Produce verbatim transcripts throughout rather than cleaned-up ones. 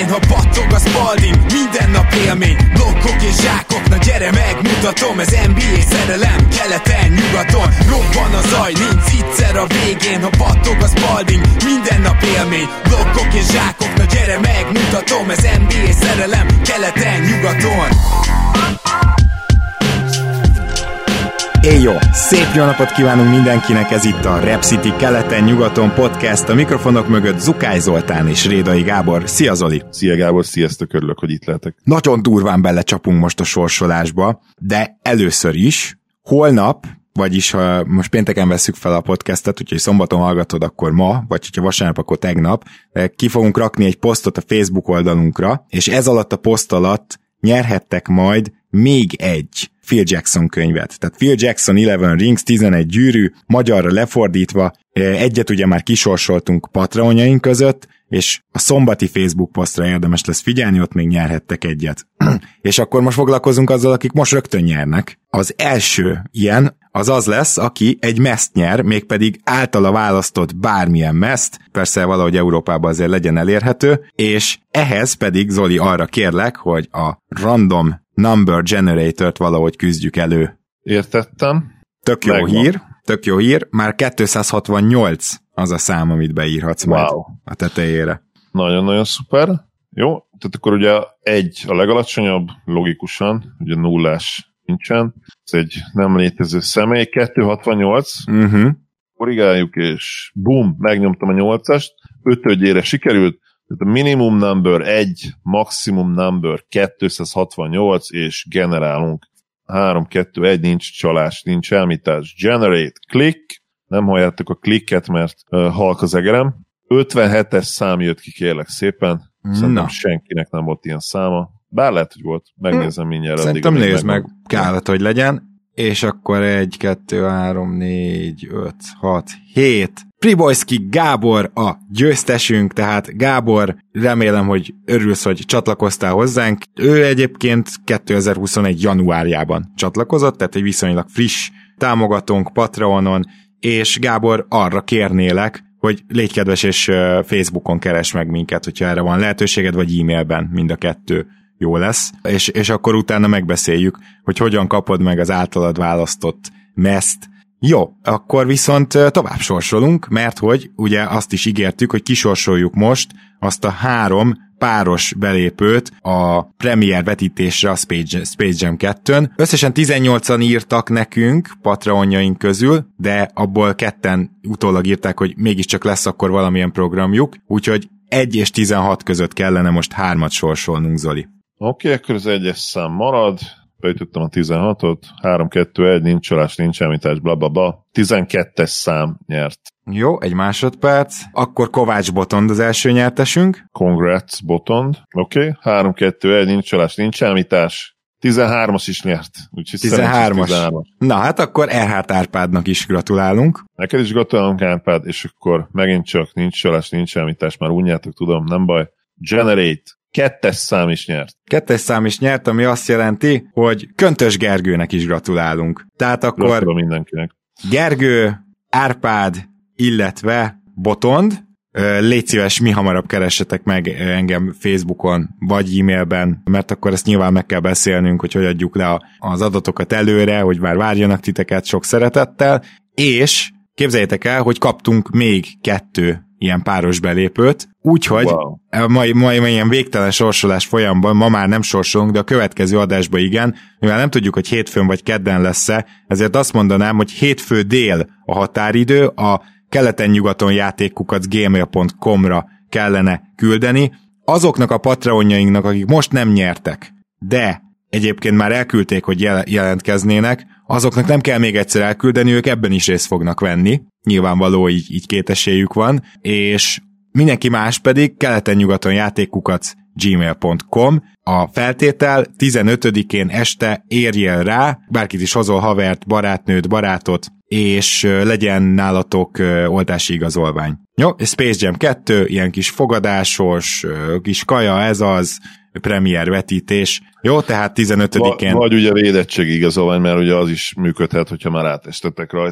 végén, ha battog a Spalding, minden nap élmény, blokkok és zsákok, na gyere megmutatom, ez en bé á szerelem, keleten, nyugaton, robban a zaj, nincs egyszer a végén, ha battog a Spalding, minden nap élmény, blokkok és zsákok, na gyere megmutatom, ez en bé á szerelem, keleten, nyugaton. Éj jó! Szép jó napot kívánunk mindenkinek, ez itt a Rep City keleten-nyugaton podcast, a mikrofonok mögött Zukály Zoltán és Rédai Gábor. Szia Zoli! Szia Gábor, sziasztok, örülök, hogy itt lehetek. Nagyon durván belecsapunk most a sorsolásba, de először is, holnap, vagyis ha most pénteken vesszük fel a podcastet, úgyhogy szombaton hallgatod, akkor ma, vagy ha vasárnap, akkor tegnap, ki fogunk rakni egy posztot a Facebook oldalunkra, és ez alatt a poszt alatt nyerhettek majd még egy Phil Jackson könyvet. Tehát Phil Jackson tizenegy Rings, tizenegy gyűrű, magyarra lefordítva, egyet ugye már kisorsoltunk Patreonjaink között, és a szombati Facebook posztra érdemes lesz figyelni, ott még nyerhettek egyet. És akkor most foglalkozunk azzal, akik most rögtön nyernek. Az első ilyen az az lesz, aki egy meszt nyer, mégpedig általa választott bármilyen meszt, persze valahogy Európában azért legyen elérhető, és ehhez pedig, Zoli, arra kérlek, hogy a random number generator-t valahogy küzdjük elő. Értettem. Tök jó Megvan. hír, tök jó hír, már kétszázhatvannyolc az a szám, amit beírhatsz wow. majd a tetejére. Nagyon-nagyon szuper. Jó, tehát akkor ugye egy a legalacsonyabb, logikusan, ugye nullás nincsen, ez egy nem létező személy, kétszázhatvannyolc, uh-huh. korrigáljuk, és bum, megnyomtam a nyolcast, ötödjére sikerült, tehát a minimum number egy, maximum number kétszázhatvannyolc, és generálunk három, kettő, egy, nincs csalás, nincs elmítás, generate, click, nem halljátok a klikket, mert uh, halk az egerem, ötvenhetes szám jött ki, kérlek szépen, szerintem senkinek nem volt ilyen száma, bár lehet, hogy volt, megnézem mindjárt. Szerintem nézd meg, kellett, hogy legyen, és akkor egy, kettő, három, négy, öt, hat, hét. Pribojszki Gábor a győztesünk, tehát Gábor, remélem, hogy örülsz, hogy csatlakoztál hozzánk. Ő egyébként kétezer-huszonegy januárjában csatlakozott, tehát egy viszonylag friss támogatónk Patreonon, és Gábor, arra kérnélek, hogy légy kedves, és Facebookon keres meg minket, hogyha erre van lehetőséged, vagy e-mailben, mind a kettő jó lesz, és, és akkor utána megbeszéljük, hogy hogyan kapod meg az általad választott meszt. Jó, akkor viszont tovább sorsolunk, mert hogy ugye azt is ígértük, hogy kisorsoljuk most azt a három páros belépőt a premier vetítésre a Space, Space Jam kettőn. Összesen tizennyolcan írtak nekünk Patreonjaink közül, de abból ketten utólag írták, hogy mégiscsak lesz akkor valamilyen programjuk, úgyhogy egy és tizenhat között kellene most hármat sorsolnunk, Zoli. Oké, okay, akkor az egyes szám marad, beütöttem a tizenhatot, három, kettő, egy, nincs csalás, nincs említás, blablabla, tizenkettes szám nyert. Jó, egy másodperc, akkor Kovács Botond az első nyertesünk. Congrats Botond, oké, okay. három, kettő, egy, nincs csalás, nincs említás, tizenhármas is nyert. tizenhármas. Na hát akkor Erhard Árpádnak is gratulálunk. Neked is gratulálunk, Árpád, és akkor megint csak nincs csalás, nincs említás, már unjátok, tudom, nem baj. Generate. Kettes szám is nyert. Kettes szám is nyert, ami azt jelenti, hogy Köntös Gergőnek is gratulálunk. Tehát akkor Gratulál mindenkinek. Gergő, Árpád, illetve Botond, légy szíves, mi hamarabb keressetek meg engem Facebookon, vagy e-mailben, mert akkor ezt nyilván meg kell beszélnünk, hogy hogy adjuk le az adatokat előre, hogy már várjanak titeket sok szeretettel, és képzeljétek el, hogy kaptunk még kettő ilyen páros belépőt, úgyhogy wow. mai, mai, mai ilyen végtelen sorsolás folyamban, ma már nem sorsolunk, de a következő adásban igen, mivel nem tudjuk, hogy hétfőn vagy kedden lesz-e, ezért azt mondanám, hogy hétfő dél a határidő, a keleten-nyugaton játékkukac gmail pont com-ra kellene küldeni. Azoknak a patreonjainknak, akik most nem nyertek, de egyébként már elküldték, hogy jel- jelentkeznének, azoknak nem kell még egyszer elküldeni, ők ebben is részt fognak venni. Nyilvánvaló, így, így két esélyük van, és mindenki más pedig keleten-nyugaton játékkukac gmail pont com. A feltétel tizenötödikén este érjél rá, bárkit is hozol havert, barátnőt, barátot, és legyen nálatok oltási igazolvány. Jó, Space Jam kettő, ilyen kis fogadásos, kis kaja, ez az, premier vetítés. Jó, tehát tizenötödikén... Vagy, vagy ugye védettség igazolvány, mert ugye az is működhet, hogyha már átestetek rajta.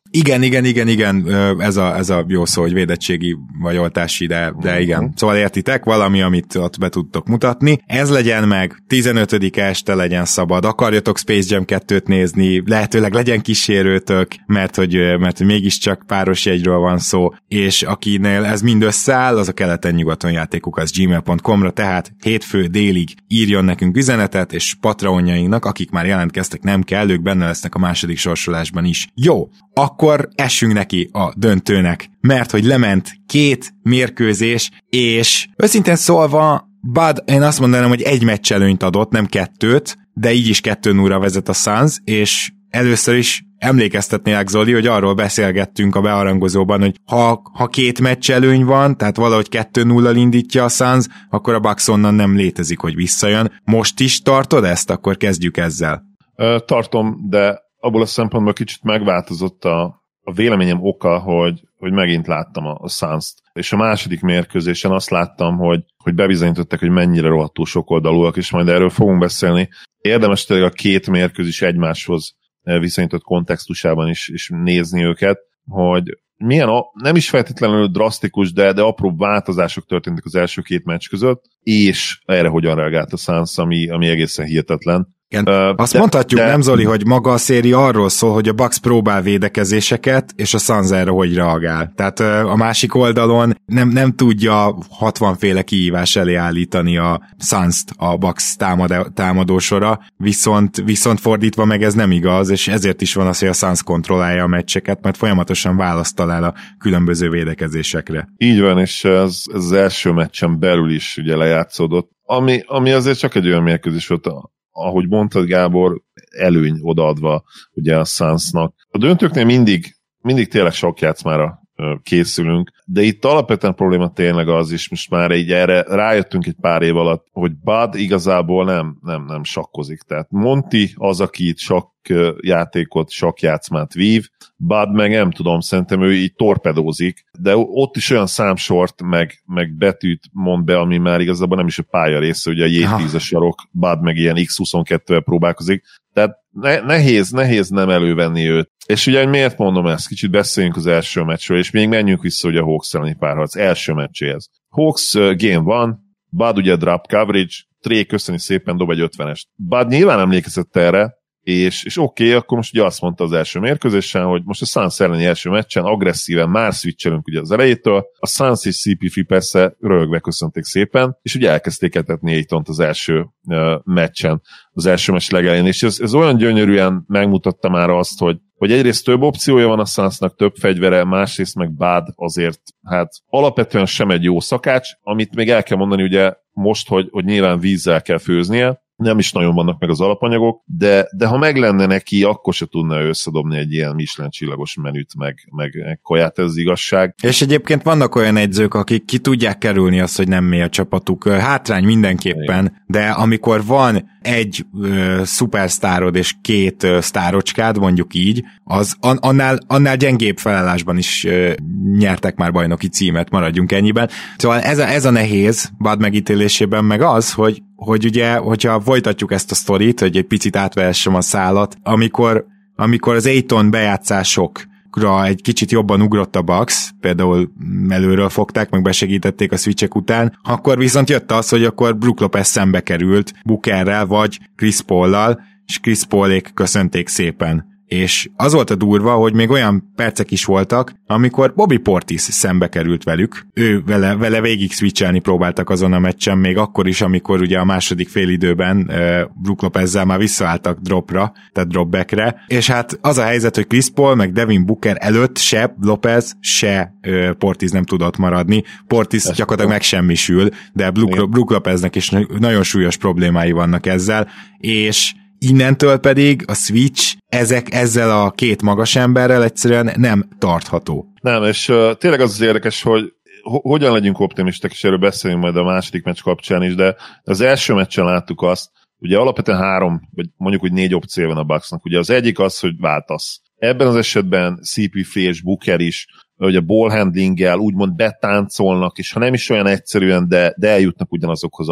Igen, igen, igen, igen, ez a, ez a jó szó, hogy védettségi vagy oltási, de, de igen. Szóval értitek, valami, amit ott be tudtok mutatni. Ez legyen meg, tizenötödike este legyen szabad, akarjatok Space Jam kettőt nézni, lehetőleg legyen kísérőtök, mert hogy, mert hogy mégiscsak páros jegyről van szó, és akinél ez mind összeáll, az a keleten-nyugaton játékuk az gmail pont com-ra, tehát hétfő délig írjon nekünk üzenetet, és patronjainknak, akik már jelentkeztek, nem kell, ők benne lesznek a második sorsolásban is. Jó, akkor essünk neki a döntőnek, mert hogy lement két mérkőzés, és őszintén szólva, Bud, én azt mondanám, hogy egy meccselőnyt adott, nem kettőt, de így is kettő nullra vezet a Suns, és először is emlékeztetnélek, Zoli, hogy arról beszélgettünk a bearangozóban, hogy ha, ha két meccselőny van, tehát valahogy kettő nullal indítja a Suns, akkor a Bucks onnan nem létezik, hogy visszajön. Most is tartod ezt? Akkor kezdjük ezzel. Tartom, de abból a szempontból kicsit megváltozott a, a véleményem oka, hogy, hogy megint láttam a, a Suns-t. És a második mérkőzésen azt láttam, hogy, hogy bebizonyították, hogy mennyire rohadtul sokoldalúak, és majd erről fogunk beszélni. Érdemes tényleg a két mérkőzés egymáshoz viszonyított kontextusában is, is nézni őket, hogy milyen, a, nem is feltétlenül drasztikus, de, de apró változások történtek az első két meccs között, és erre hogyan reagált a Suns, ami, ami egészen hihetetlen. Igen. Uh, Azt de, mondhatjuk, de... nem Zoli, hogy maga a széria arról szól, hogy a Bucks próbál védekezéseket, és a Suns erre hogy reagál. Tehát uh, a másik oldalon nem, nem tudja hatvanféle kihívás elé állítani a Suns-t a Bucks támad, támadósora, viszont, viszont fordítva meg ez nem igaz, és ezért is van az, hogy a Suns kontrollálja a meccseket, mert folyamatosan választ talál a különböző védekezésekre. Így van, és ez, ez az első meccsen belül is ugye lejátszódott, ami, ami azért csak egy olyan mérkőzés volt, a ahogy mondtad, Gábor, előny odaadva ugye a Sunsnak. A döntőknél mindig, mindig tényleg sok játszmára készülünk, de itt alapvetően probléma tényleg az is, most már így erre rájöttünk egy pár év alatt, hogy Bud igazából nem, nem, nem sakkozik. Tehát Monty az, aki itt sakk játékot, sakkjátszmát vív, Bud meg nem tudom, szerintem ő így torpedózik, de ott is olyan számsort, meg, meg betűt mond be, ami már igazából nem is a pálya része, ugye a jé tízes sarok, Bud meg ilyen iksz huszonkettővel próbálkozik, tehát ne, nehéz, nehéz nem elővenni őt. És ugye miért mondom ezt? Kicsit beszéljünk az első meccsről, és még menjünk vissza ugye a Hawks elleni párharc első meccséhez. Hawks uh, game van, Bud ugye drop coverage, Trey köszöni szépen, dob egy ötvenest. Bud nyilván emlékezett erre, és, és oké, okay, akkor most ugye azt mondta az első mérkőzésen, hogy most a Suns elleni első meccsen agresszíven már switchelünk ugye az elejétől, a Suns és cé pé három persze röhögve köszönték szépen, és ugye elkezdték etetni Aytont az első uh, meccsen, az első meccs legelején, és ez, ez olyan gyönyörűen megmutatta már azt, hogy hogy egyrészt több opciója van a Sunsnak, több fegyvere, másrészt meg Bud azért, hát alapvetően sem egy jó szakács, amit még el kell mondani ugye most, hogy, hogy nyilván vízzel kell főznie, nem is nagyon vannak meg az alapanyagok, de, de ha meg lenne neki, akkor se tudna összedobni egy ilyen Michelin csillagos menüt, meg, meg kaját, ez az igazság. És egyébként vannak olyan edzők, akik ki tudják kerülni azt, hogy nem mély a csapatuk. Hátrány mindenképpen, igen. De amikor van egy ö, szupersztárod és két ö, sztárocskád, mondjuk így, az an, annál, annál gyengébb felállásban is ö, nyertek már bajnoki címet, maradjunk ennyiben. Szóval ez a, ez a nehéz Bud megítélésében meg az, hogy hogy ugye, hogyha folytatjuk ezt a sztorit, hogy egy picit átvehessem a szálat, amikor, amikor az Ayton bejátszásokra egy kicsit jobban ugrott a Bucks, például előről fogták, meg besegítették a switchek után, akkor viszont jött az, hogy akkor Brook Lopez szembe került Bookerrel, vagy Chris Paullal, és Chris Paulék köszönték szépen. És az volt a durva, hogy még olyan percek is voltak, amikor Bobby Portis szembe került velük. Ő vele, vele végig switchelni próbáltak azon a meccsen, még akkor is, amikor ugye a második félidőben uh, Brook Lopezzel már visszaálltak dropra, tehát dropbackre. És hát az a helyzet, hogy Chris Paul meg Devin Booker előtt se Lopez, se uh, Portis nem tudott maradni. Portis Ezt gyakorlatilag megsemmisül, de Brook, Brook Lopeznek is nagyon súlyos problémái vannak ezzel, és innentől pedig a switch ezek ezzel a két magas emberrel egyszerűen nem tartható. Nem, és uh, tényleg az az érdekes, hogy ho- hogyan legyünk optimisták, és erről beszélünk majd a második meccs kapcsán is, de az első meccsen láttuk azt, ugye alapvetően három, vagy mondjuk, hogy négy opció van a Bucksnak. Ugye az egyik az, hogy váltasz. Ebben az esetben cé pé három és Booker is, hogy a ball handlinggel úgymond betáncolnak, és ha nem is olyan egyszerűen, de, de eljutnak ugyanazokhoz a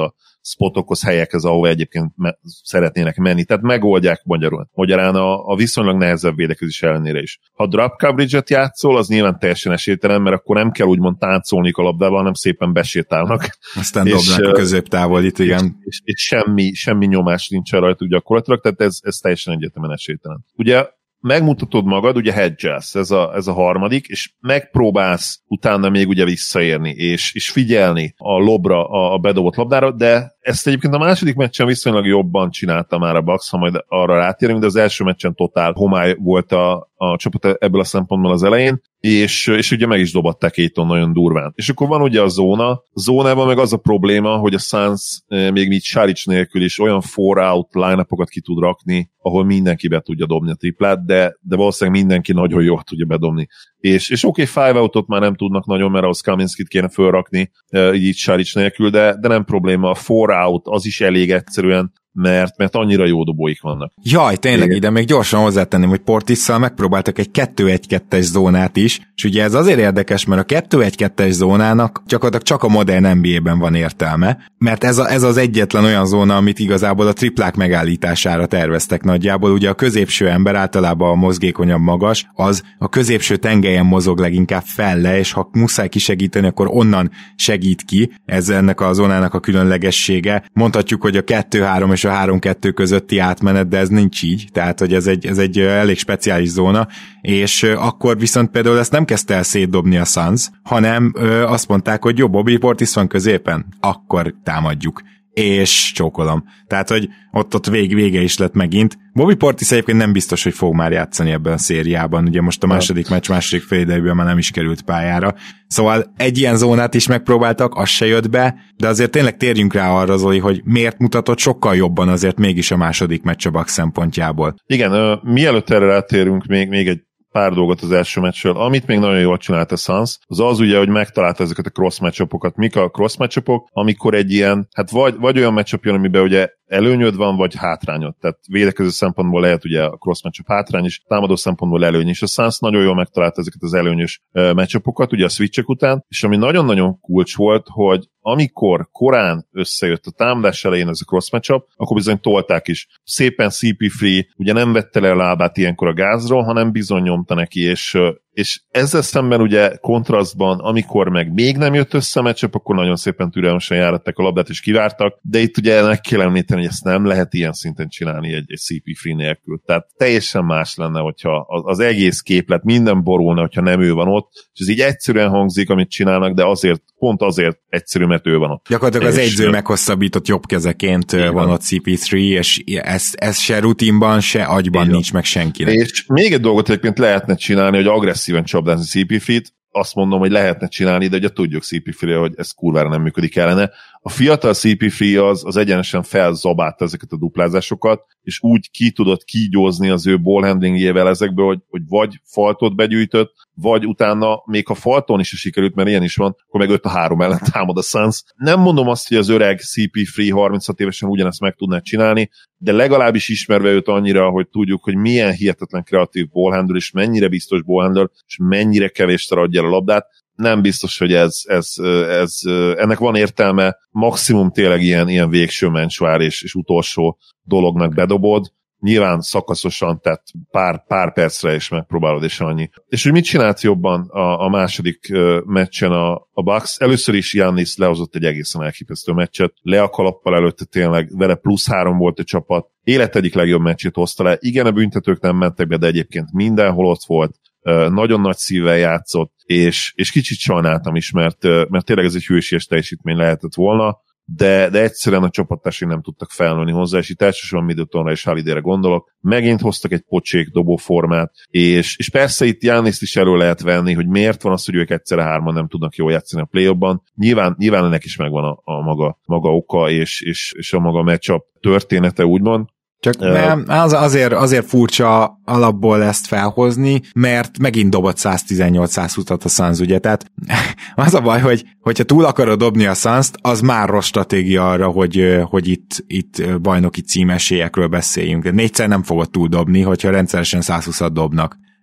spotokhoz, helyekhez, ahol egyébként me- szeretnének menni. Tehát megoldják magyarul. Magyarán a, a viszonylag nehezebb védekezés ellenére is. Ha drop coverage-et játszol, az nyilván teljesen esélytelen, mert akkor nem kell úgymond táncolni a labdával, hanem szépen besétálnak. Aztán dobnak a középtávolit, igen. És, és, és semmi, semmi nyomás nincs rajta gyakorlatilag, tehát ez, ez teljesen egyetemen esélytelen. Ugye megmutatod magad, ugye hedgelsz, ez a, ez a harmadik, és megpróbálsz utána még ugye visszaérni, és, és figyelni a lobra, a, a bedobott labdára, de ezt egyébként a második meccsen viszonylag jobban csinálta már a Bucks, ha majd arra rátérünk, de az első meccsen totál homály volt a, a csapat ebből a szempontból az elején, és, és ugye meg is dobatták Ayton nagyon durván. És akkor van ugye a zóna, a zónában meg az a probléma, hogy a Suns még így Saric nélkül is olyan four-out line-upokat ki tud rakni, ahol mindenki be tudja dobni a triplát, de, de valószínűleg mindenki nagyon jól tudja bedobni. És, és oké, okay, five-outot már nem tudnak nagyon, mert ahhoz Kaminskit kéne fölrakni, így Saric nélkül, de, de nem probléma, a four-out az is elég egyszerűen, mert, mert annyira jó dobóik vannak. Jaj, tényleg ide még gyorsan hozzátenném, hogy Portisszal megpróbáltak egy kettő egy kettes zónát is, és ugye ez azért érdekes, mert a kettő egy kettes zónának gyakorlatilag csak a modern en bé á-ben van értelme, mert ez, a, ez az egyetlen olyan zóna, amit igazából a triplák megállítására terveztek nagyjából. Ugye a középső ember, általában a mozgékonyabb magas, az a középső tengelyen mozog leginkább felle, és ha muszáj kisegíteni, akkor onnan segít ki. Ez ennek a zónának a különlegessége. Mondhatjuk, hogy a kettő három és a három kettő közötti átmenet, de ez nincs így, tehát hogy ez egy, ez egy elég speciális zóna, és akkor viszont például ezt nem kezdte el szétdobni a Suns, hanem ö, azt mondták, hogy jó, Bobby Portis van középen, akkor támadjuk. És csókolom. Tehát, hogy ott, ott vég, vége is lett megint. Bobby Portis egyébként nem biztos, hogy fog már játszani ebben a szériában. Ugye most a második meccs, második félidejében már nem is került pályára. Szóval egy ilyen zónát is megpróbáltak, az se jött be, de azért tényleg térjünk rá arra, Zoli, hogy miért mutatott sokkal jobban azért mégis a második meccs a Bucks szempontjából. Igen, uh, mielőtt erre rátérünk, még, még egy pár dolgot az első meccsről. Amit még nagyon jól csinált a Suns, az az ugye, hogy megtalálta ezeket a cross matchupokat. Mik a cross matchupok? Amikor egy ilyen, hát vagy, vagy olyan matchup jön, amiben ugye előnyöd van, vagy hátrányod. Tehát védekező szempontból lehet ugye a cross matchup hátrány is, támadó szempontból előny is. A Suns nagyon jól megtalálta ezeket az előnyös uh, matchupokat, ugye a switchek után, és ami nagyon-nagyon kulcs volt, hogy amikor korán összejött a támadás elején ez a cross matchup, akkor bizony tolták is. Szépen cé pé Free ugye nem vette le a lábát ilyenkor a gázról, hanem bizony nyomta neki, és és ezzel szemben ugye kontrasztban, amikor meg még nem jött össze a matchup, akkor nagyon szépen türelmesen járatták a labdát és kivártak, de itt ugye meg kell említeni, hogy ezt nem lehet ilyen szinten csinálni egy, egy cé pé Free nélkül. Tehát teljesen más lenne, hogyha az egész képlet minden borulna, hogyha nem ő van ott, és ez így egyszerűen hangzik, amit csinálnak, de azért, pont azért egyszerű, mert ő van ott. Gyakorlatilag az egyző meghosszabbított jobbkezeként van, van ott cé pé Free, és ez, ez se rutinban, se agyban nincs meg senkinek. És még egy dolgot egyébként lehetne csinálni, hogy agresszíven csapdázni cé pé Free-t, azt mondom, hogy lehetne csinálni, de ugye tudjuk cé pé Free-re, hogy ez kurvára nem működik ellene. A fiatal cé pé Free az, az egyenesen felzabálta ezeket a duplázásokat, és úgy ki tudott kígyózni az ő ballhandlingjével ezekből, hogy, hogy vagy faltot begyűjtött, vagy utána még ha falton is sikerült, mert ilyen is van, akkor meg öt a három ellen támad a Suns. Nem mondom azt, hogy az öreg cé pé Free harminchat évesen ugyanezt meg tudná csinálni, de legalábbis ismerve őt annyira, hogy tudjuk, hogy milyen hihetetlen kreatív ballhandler, és mennyire biztos ballhandler, és mennyire kevésszer adja el a labdát, nem biztos, hogy ez, ez, ez, ennek van értelme, maximum tényleg ilyen, ilyen végső mencsvár és, és utolsó dolognak bedobod, nyilván szakaszosan, tehát pár, pár percre is megpróbálod, és annyi. És hogy mit csinált jobban a, a második uh, meccsen a, a Bucks? Először is Giannis lehozott egy egészen elképesztő meccset, le a kalappal előtte tényleg, vele plusz három volt a csapat, élet egyik legjobb meccsét hozta le. Igen, a büntetők nem mentek be, de egyébként mindenhol ott volt, uh, nagyon nagy szívvel játszott, és, és kicsit sajnáltam is, mert, uh, mert tényleg ez egy hősies teljesítmény lehetett volna, de, de egyszerűen a csapattársai nem tudtak felnőni hozzá, és itt elsősorban Middletonra és Holiday-re gondolok. Megint hoztak egy pocsék dobóformát, és, és persze itt Gianniszt is elő lehet venni, hogy miért van az, hogy ők egyszerre hárman nem tudnak jól játszani a play-offban. Nyilván, nyilván ennek is megvan a, a maga, maga oka, és, és, és a maga matchup története, úgymond. Csak nem, az, azért, azért furcsa alapból ezt felhozni, mert megint dobott száztizennyolc százhúszat a Suns, ugye, tehát az a baj, hogy hogyha túl akarod dobni a Suns-t, az már rossz stratégia arra, hogy, hogy itt, itt bajnoki címesélyekről beszéljünk. De négyszer nem fogod túl dobni, hogyha rendszeresen százhúszat dobnak.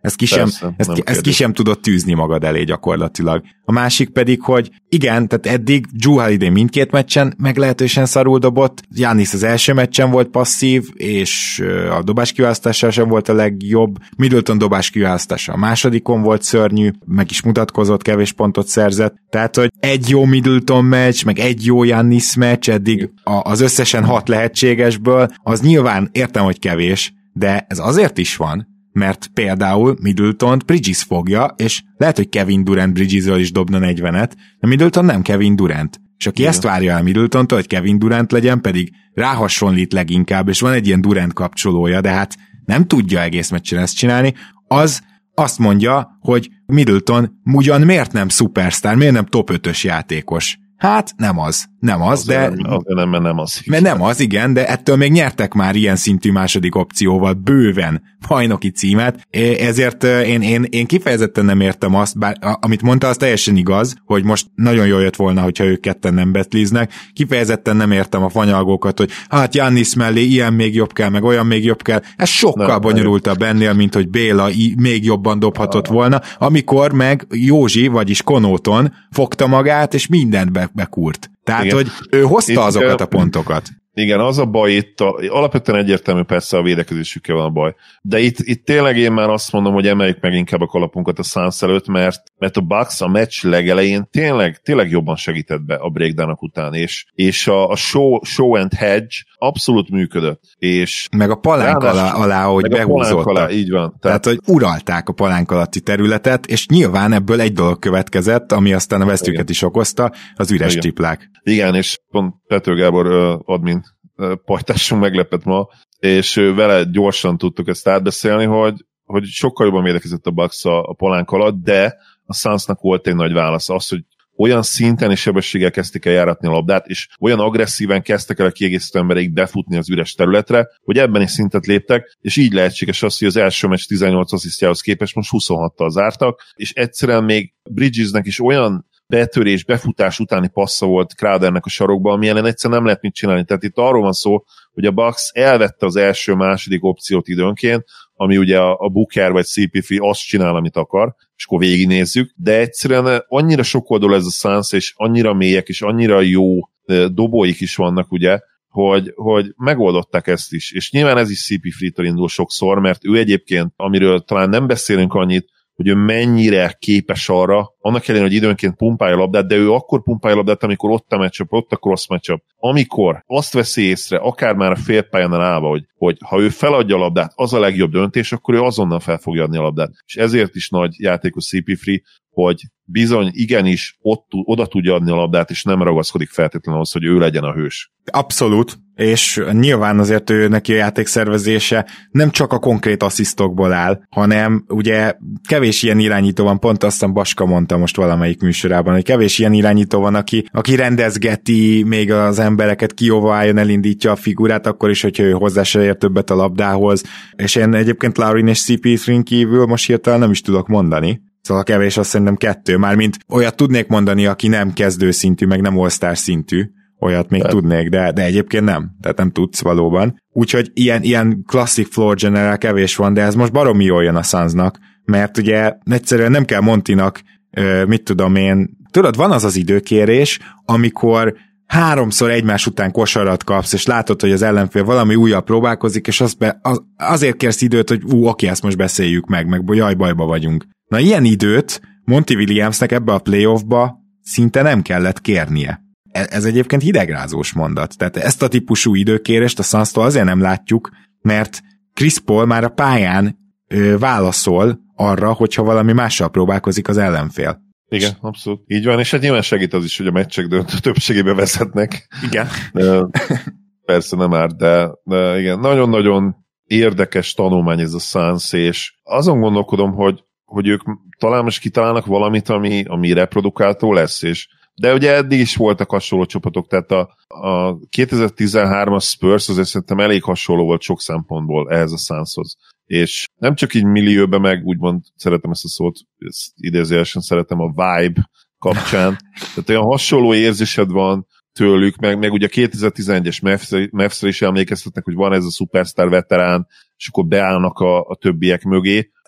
Ezt ki, Persze, sem, ezt, ki, ezt ki sem tudod tűzni magad elé gyakorlatilag. A másik pedig, hogy igen, tehát eddig Jrue Holiday mindkét meccsen meglehetősen szarul dobott, Giannis az első meccsen volt passzív, és a dobás kiválasztása sem volt a legjobb, Middleton dobás kiválasztása a másodikon volt szörnyű, meg is mutatkozott, kevés pontot szerzett, tehát, hogy egy jó Middleton meccs, meg egy jó Giannis meccs, eddig az összesen hat lehetségesből, az nyilván értem, hogy kevés, de ez azért is van, mert például Middletont Bridges fogja, és lehet, hogy Kevin Durant Bridgesről is dobna negyvenet, de Middleton nem Kevin Durant. És aki Igen. ezt várja el Middletontól, hogy Kevin Durant legyen, pedig ráhasonlít leginkább, és van egy ilyen Durant kapcsolója, de hát nem tudja egész meccsen ezt csinálni, az azt mondja, hogy Middleton ugyan miért nem szupersztár, miért nem top ötös játékos. Hát nem az, nem az, az de... Nem, az nem, mert nem az. Mert nem az, igen, de ettől még nyertek már ilyen szintű második opcióval bőven bajnoki címet, ezért én, én, én kifejezetten nem értem azt, bár amit mondta, az teljesen igaz, hogy most nagyon jól jött volna, hogyha ők ketten nem betlíznek, kifejezetten nem értem a fanyalgókat, hogy hát Giannis mellé ilyen még jobb kell, meg olyan még jobb kell, ez sokkal nem, bonyolultabb ennél, mint hogy Béla még jobban dobhatott ah. volna, amikor meg Józsi, vagyis Konóton fogta magát, és mindent be bekúrt. Tehát, igen. hogy ő hozta itt azokat a pontokat. Igen, az a baj itt, a, alapvetően egyértelmű persze a védekezésükkel van a baj. De itt, itt tényleg én már azt mondom, hogy emeljük meg inkább a kalapunkat a Suns előtt, mert, mert a Bucks a meccs legelején tényleg, tényleg jobban segített be a breakdownok után, és, és a, a show, show and hedge abszolút működött. És meg a palánk alá, alá hogy behúzottak. Így van. Tehát, tehát, hogy uralták a palánk alatti területet, és nyilván ebből egy dolog következett, ami aztán a vesztőket is okozta, az üres igen. triplák. Igen, és pont Pető Gábor uh, admin uh, pajtásunk meglepett ma, és uh, vele gyorsan tudtuk ezt átbeszélni, hogy, hogy sokkal jobban védekezett a Bucks a, a palánk alatt, de a Sunsnak volt egy nagy válasz, az, hogy olyan szinten és sebességgel kezdték el járatni a labdát, és olyan agresszíven kezdtek el a kiegészítő embereik befutni az üres területre, hogy ebben is szintet léptek, és így lehetséges az, hogy az első meccs tizennyolc asszisztjához képest most huszonhattal zártak, és egyszerűen még Bridgesnek is olyan betörés, befutás utáni passza volt Crowdernek a sarokba, ami ellen egyszerűen nem lehet mit csinálni. Tehát itt arról van szó, hogy a Bucks elvette az első-második opciót időnként, ami ugye a, a Booker vagy cé pé há azt csinál, amit akar, és akkor végignézzük, de egyszerűen annyira sokoldalú ez a Suns, és annyira mélyek, és annyira jó dobóik is vannak, ugye, hogy, hogy megoldották ezt is. És nyilván ez is cé pé há-től indul sokszor, mert ő egyébként, amiről talán nem beszélünk annyit, hogy ő mennyire képes arra, annak ellenére, hogy időnként pumpálja a labdát, de ő akkor pumpálja a labdát, amikor ott a matchup, ott a cross matchup. Amikor azt veszi észre, akár már a félpályánál állva, hogy, hogy ha ő feladja a labdát, az a legjobb döntés, akkor ő azonnal fel fogja adni a labdát. És ezért is nagy játékos cé pé há, hogy bizony igenis ott, oda tudja adni a labdát, és nem ragaszkodik feltétlenül ahhoz, hogy ő legyen a hős. Abszolút, és nyilván azért ő neki a játékszervezése nem csak a konkrét asszisztokból áll, hanem ugye kevés ilyen irányító van, pont azt hiszem Baska mondta most valamelyik műsorában, hogy kevés ilyen irányító van, aki, aki rendezgeti még az embereket, ki jobban álljon, elindítja a figurát, akkor is, hogyha ő hozzá se ér többet a labdához, és én egyébként Laurin és cé pé há kívül most hirtelen nem is tudok mondani. Szóval kevés, azt szerintem kettő, mármint olyat tudnék mondani, aki nem kezdő szintű, meg nem all-star szintű, olyat még tehát tudnék, de, de egyébként nem, tehát nem tudsz valóban. Úgyhogy ilyen, ilyen classic floor general kevés van, de ez most baromi jól jön a Sunsnak, mert ugye egyszerűen nem kell Montinak, mit tudom én, tudod, van az az időkérés, amikor háromszor egymás után kosarat kapsz, és látod, hogy az ellenfél valami újabb próbálkozik, és az be, az, azért kérsz időt, hogy ú, oké, ezt most beszéljük meg, meg jaj, bajba vagyunk. Na, ilyen időt Monty Williamsnek ebbe a playoffba szinte nem kellett kérnie. Ez egyébként hidegrázós mondat. Tehát ezt a típusú időkérést a Sunstól azért nem látjuk, mert Chris Paul már a pályán ö, válaszol arra, hogyha valami mással próbálkozik az ellenfél. Igen, abszolút. Így van, és hát nyilván segít az is, hogy a meccsek döntő többségébe vezetnek. Igen. De, persze nem árt, de, de igen, nagyon-nagyon érdekes tanulmány ez a Suns, és azon gondolkodom, hogy, hogy ők talán most kitalálnak valamit, ami, ami reprodukáltó lesz, és de ugye eddig is voltak hasonló csapatok, tehát a, a kétezer-tizenhármas Spurs azért szerintem elég hasonló volt sok szempontból ehhez a Sunshoz. És nem csak így millióben, meg úgymond szeretem ezt a szót, idézőjelesen szeretem a vibe kapcsán, tehát olyan hasonló érzésed van tőlük, meg, meg ugye a kétezer-tizenegyes Mavs-re is emlékeztetnek, hogy van ez a szupersztár veterán, és akkor beállnak a, a többiek mögé,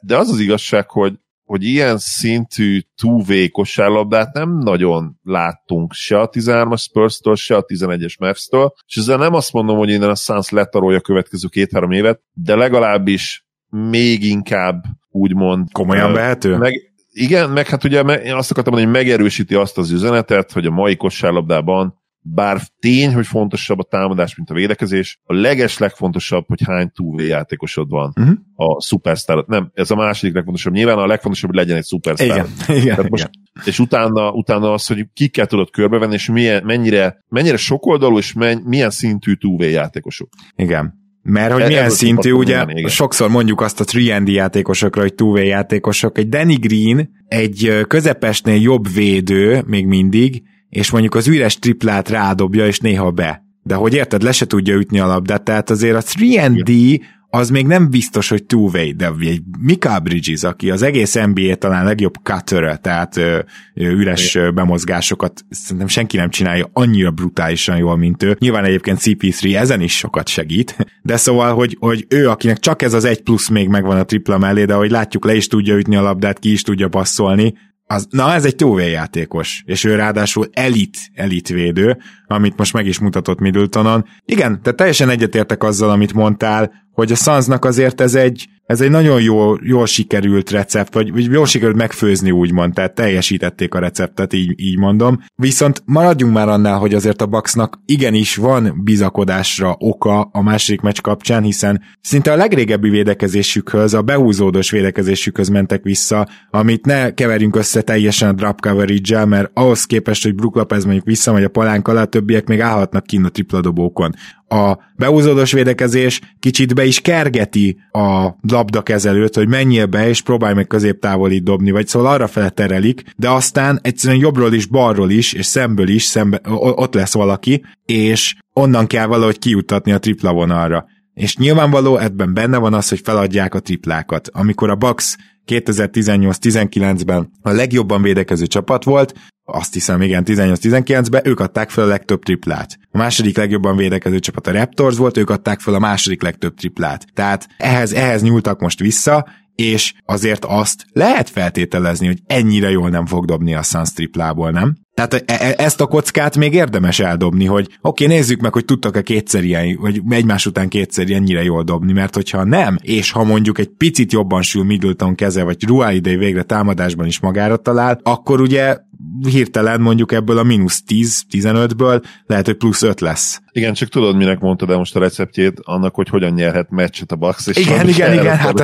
de az az igazság, hogy hogy ilyen szintű two-way kosárlabdát nem nagyon láttunk se a tizenhármas Spurs-től, se a tizenegyes Mavs-től, és ezzel nem azt mondom, hogy innen a Suns letarolja a következő két-három évet, de legalábbis még inkább úgymond... Komolyan vehető? Meg, igen, meg hát ugye én azt akartam mondani, hogy megerősíti azt az üzenetet, hogy a mai kosárlabdában bár tény, hogy fontosabb a támadás, mint a védekezés, a leges legfontosabb, hogy hány two-way játékosod van uh-huh. a szupersztár. Nem, ez a második legfontosabb. Nyilván a legfontosabb, hogy legyen egy szupersztár. Igen, igen, igen. Most, és utána, utána az, hogy kikkel tudod körbevenni, és milyen, mennyire, mennyire sokoldalú, és men, milyen szintű two-way játékosok. Igen. Mert hogy e, milyen szintű, ugye, mondani, sokszor mondjuk azt a három and D játékosokra, hogy two-way játékosok. Egy Danny Green, egy közepesnél jobb védő, még mindig, és mondjuk az üres triplát rádobja, és néha be. De hogy érted, le se tudja ütni a labdát, tehát azért a három and D az még nem biztos, hogy two-way, de egy Mikal Bridges, aki az egész en bé á talán legjobb cutter, tehát ö, ö, üres ö, bemozgásokat szerintem senki nem csinálja annyira brutálisan jól, mint ő. Nyilván egyébként cé pé három ezen is sokat segít, de szóval, hogy, hogy ő, akinek csak ez az egy plusz még megvan a tripla mellé, de ahogy látjuk, le is tudja ütni a labdát, ki is tudja passzolni, az, na ez egy two-way játékos, és ő ráadásul elit, elit védő, amit most meg is mutatott Middletonon. Igen, tehát teljesen egyetértek azzal, amit mondtál, hogy a Sunsnak azért ez egy, ez egy nagyon jól, jól sikerült recept, vagy, vagy jól sikerült megfőzni, úgymond, tehát teljesítették a receptet, így, így mondom. Viszont maradjunk már annál, hogy azért a Bucksnak igenis van bizakodásra oka a második meccs kapcsán, hiszen szinte a legrégebbi védekezésükhöz, a behúzódós védekezésükhöz mentek vissza, amit ne keverjünk össze teljesen a drop coverage-el, mert ahhoz képest, hogy Brook Lopez mondjuk visszamegy a palánk alá, többiek még állhatnak kinn a tripladobókon. A behúzódós védekezés kicsit be is kergeti a labdakezelőt, hogy menjél be, és próbálj meg középtávolít dobni, vagy szóval arra fele terelik, de aztán egyszerűen jobbról is, balról is, és szemből is, szembe, ott lesz valaki, és onnan kell valahogy kijuttatni a tripla vonalra. És nyilvánvaló, ebben benne van az, hogy feladják a triplákat. Amikor a Bucks kétezer-tizennyolc tizenkilencben a legjobban védekező csapat volt, azt hiszem, igen, tizennyolc tizenkilencben ők adták fel a legtöbb triplát. A második legjobban védekező csapat a Raptors volt, ők adták fel a második legtöbb triplát. Tehát ehhez, ehhez nyúltak most vissza, és azért azt lehet feltételezni, hogy ennyire jól nem fog dobni a Suns triplából, nem? Tehát e- ezt a kockát még érdemes eldobni, hogy oké, okay, nézzük meg, hogy tudtak-e kétszer ilyen, vagy egymás után kétszer ennyire jól dobni, mert hogyha nem, és ha mondjuk egy picit jobban sül Middleton keze, vagy Rui Holiday végre támadásban is magára talál, akkor ugye hirtelen mondjuk ebből a mínusz tíz-tizenötből lehet, hogy plusz öt lesz. Igen, csak tudod, minek mondtad el most a receptjét, annak, hogy hogyan nyerhet meccset a Bucks. És igen, igen, igen, hát,